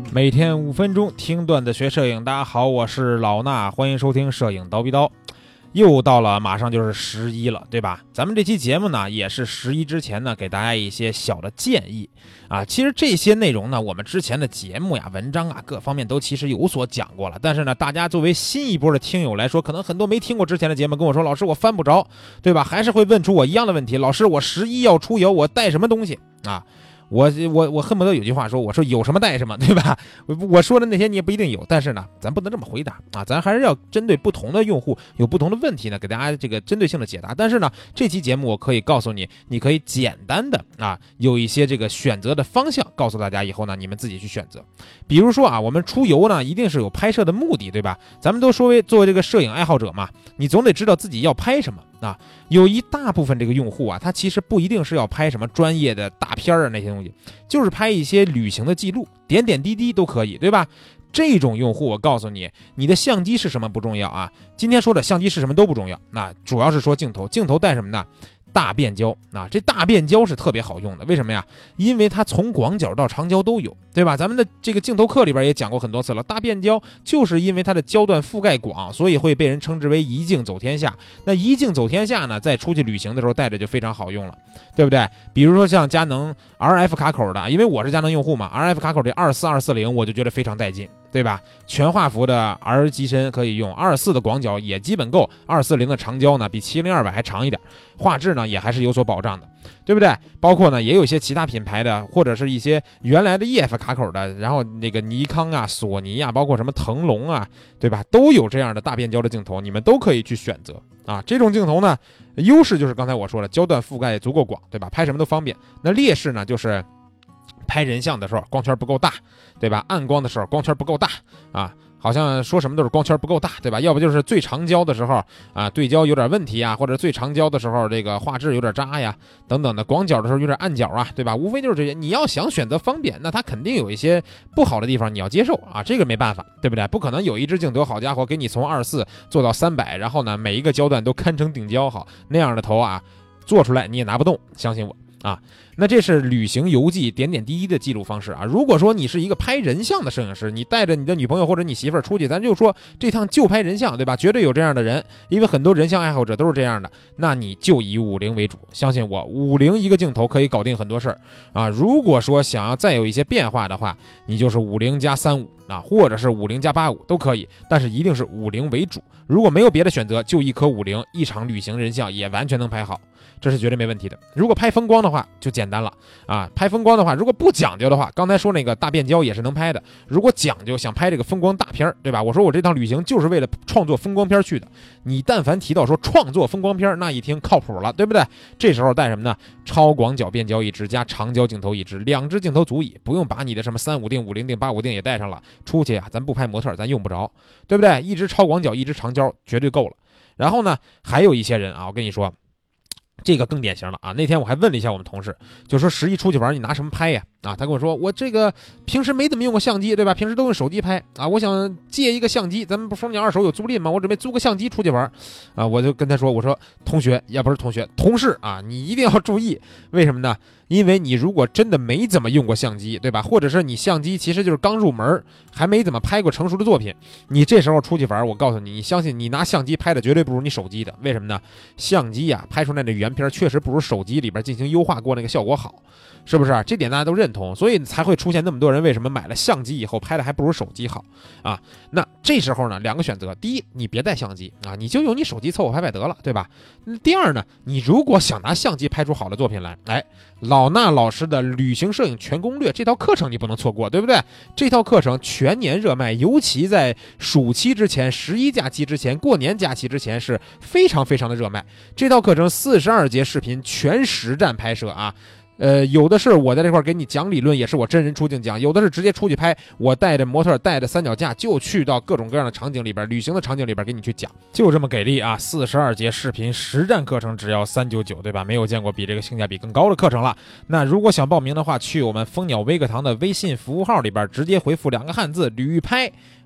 每天5分钟听段子学摄影，大家好，我是老衲，欢迎收听摄影叨逼叨。又到了马上就是11了，对吧？咱们这期节目呢，也是11之前呢，给大家一些小的建议啊。其实这些内容呢，我们之前的节目呀、文章啊，各方面都其实有所讲过了。但是呢，大家作为新一波的听友来说，可能很多没听过之前的节目，跟我说，老师我翻不着，对吧？还是会问出我一样的问题，老师我11要出游，我带什么东西啊？我恨不得有句话说，我说有什么带什么，对吧？我说的那些你也不一定有，但是呢，咱不能这么回答啊，咱还是要针对不同的用户有不同的问题呢，给大家这个针对性的解答。但是呢，这期节目我可以告诉你，你可以简单的有一些这个选择的方向，告诉大家以后呢，你们自己去选择。比如说啊，我们出游呢，一定是有拍摄的目的，对吧？咱们都作为这个摄影爱好者嘛，你总得知道自己要拍什么啊。有一大部分这个用户啊，他其实不一定是要拍什么专业的大片啊那些东西，就是拍一些旅行的记录，点点滴滴都可以，对吧？这种用户我告诉你，你的相机是什么不重要啊，今天说的相机是什么都不重要，那主要是说镜头带什么呢？大变焦啊，这大变焦是特别好用的，为什么呀？因为它从广角到长焦都有，对吧？咱们的这个镜头课里边也讲过很多次了，大变焦就是因为它的焦段覆盖广，所以会被人称之为一镜走天下。那一镜走天下呢，在出去旅行的时候带着就非常好用了，对不对？比如说像佳能 RF 卡口的，因为我是佳能用户嘛， RF 卡口这24240我就觉得非常带劲，对吧？全画幅的 R 机身可以用，24的广角也基本够，240的长焦呢比70200还长一点，画质呢也还是有所保障的，对不对？包括呢也有一些其他品牌的，或者是一些原来的 EF 卡口的，然后那个尼康啊、索尼啊，包括什么腾龙啊，对吧？都有这样的大变焦的镜头，你们都可以去选择啊。这种镜头呢，优势就是刚才我说了，焦段覆盖足够广，对吧？拍什么都方便。那劣势呢，就是拍人像的时候光圈不够大，对吧？暗光的时候光圈不够大啊，好像说什么都是光圈不够大，对吧？要不就是最长焦的时候啊，对焦有点问题啊，或者最长焦的时候这个画质有点渣呀，等等的，广角的时候有点暗角啊，对吧？无非就是这些。你要想选择方便，那它肯定有一些不好的地方，你要接受啊，这个没办法，对不对？不可能有一支镜头，好家伙，给你从24做到300，然后呢每一个焦段都堪称定焦，好那样的头啊，做出来你也拿不动，相信我啊。那这是旅行游记点点滴滴的记录方式啊。如果说你是一个拍人像的摄影师，你带着你的女朋友或者你媳妇儿出去，咱就说这趟就拍人像，对吧？绝对有这样的人，因为很多人像爱好者都是这样的。那你就以50为主，相信我，50一个镜头可以搞定很多事儿啊。如果说想要再有一些变化的话，你就是50加35啊，或者是50加85都可以，但是一定是50为主。如果没有别的选择，就一颗50，一场旅行人像也完全能拍好，这是绝对没问题的。如果拍风光的话，就简单了啊！拍风光的话，如果不讲究的话，刚才说那个大变焦也是能拍的。如果讲究想拍这个风光大片，对吧？我说我这趟旅行就是为了创作风光片去的。你但凡提到说创作风光片，那一听靠谱了，对不对？这时候带什么呢？超广角变焦一支加长焦镜头一支，2支镜头足以，不用把你的什么35定、50定、85定也带上了。出去啊，咱不拍模特，咱用不着，对不对？一支超广角，一支长焦绝对够了。然后呢，还有一些人啊，我跟你说。这个更典型了啊！那天我还问了一下我们同事，就说11出去玩你拿什么拍呀？啊，他跟我说我这个平时没怎么用过相机，对吧？平时都用手机拍啊。我想借一个相机，咱们不说你二手有租赁吗？我准备租个相机出去玩啊。我就跟他说，我说同学，也不是同学，同事啊，你一定要注意，为什么呢？因为你如果真的没怎么用过相机，对吧？或者是你相机其实就是刚入门，还没怎么拍过成熟的作品，你这时候出去玩，我告诉你，你相信你拿相机拍的绝对不如你手机的。为什么呢？相机啊，拍出来的原片确实不如手机里边进行优化过那个效果好，是不是？这点大家都认同，所以才会出现那么多人为什么买了相机以后拍的还不如手机好啊？那这时候呢，两个选择，第一，你别带相机啊，你就用你手机凑合拍拍得了，对吧？第二呢，你如果想拿相机拍出好的作品来，老衲老师的旅行摄影全攻略这套课程你不能错过，对不对？这套课程全年热卖，尤其在暑期之前、11假期之前、过年假期之前是非常非常的热卖。这套课程42节视频全实战拍摄啊。有的是我在这块给你讲理论，也是我真人出镜讲，有的是直接出去拍，我带着模特带着三脚架就去到各种各样的场景里边，旅行的场景里边给你去讲，就这么给力啊！42节视频实战课程只要399，对吧？没有见过比这个性价比更高的课程了。那如果想报名的话，去我们蜂鸟微课堂的微信服务号里边直接回复2个汉字旅拍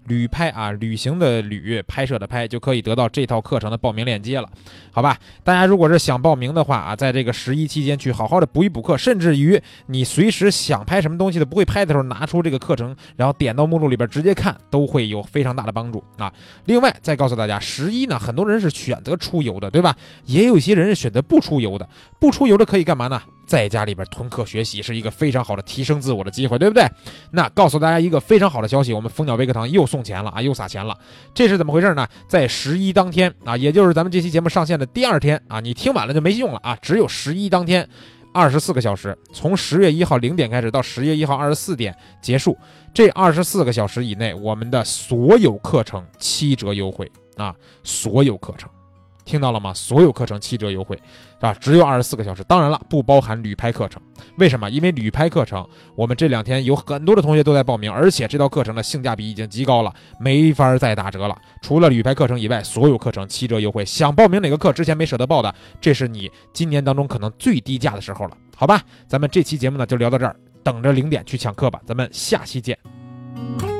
旅拍啊，旅行的旅，拍摄的拍，就可以得到这套课程的报名链接了，好吧？大家如果是想报名的话啊，在这个11期间去好好的补一补课，甚至于你随时想拍什么东西的不会拍的时候，拿出这个课程，然后点到目录里边直接看，都会有非常大的帮助啊。另外再告诉大家，11呢，很多人是选择出游的，对吧？也有一些人是选择不出游的，不出游的可以干嘛呢？在家里边囤课学习是一个非常好的提升自我的机会，对不对？那告诉大家一个非常好的消息，我们蜂鸟微课堂又送钱了啊，又撒钱了。这是怎么回事呢？在11当天啊，也就是咱们这期节目上线的第2天啊，你听晚了就没用了啊，只有11当天24个小时，从10月1号0点开始到10月1号24点结束，这24个小时以内，我们的所有课程7折优惠啊，所有课程。听到了吗？所有课程7折优惠啊，只有24个小时。当然了，不包含旅拍课程。为什么？因为旅拍课程我们这2天有很多的同学都在报名，而且这套课程的性价比已经极高了，没法再打折了。除了旅拍课程以外，所有课程7折优惠。想报名哪个课之前没舍得报的，这是你今年当中可能最低价的时候了，好吧？咱们这期节目呢就聊到这儿，等着0点去抢课吧，咱们下期见。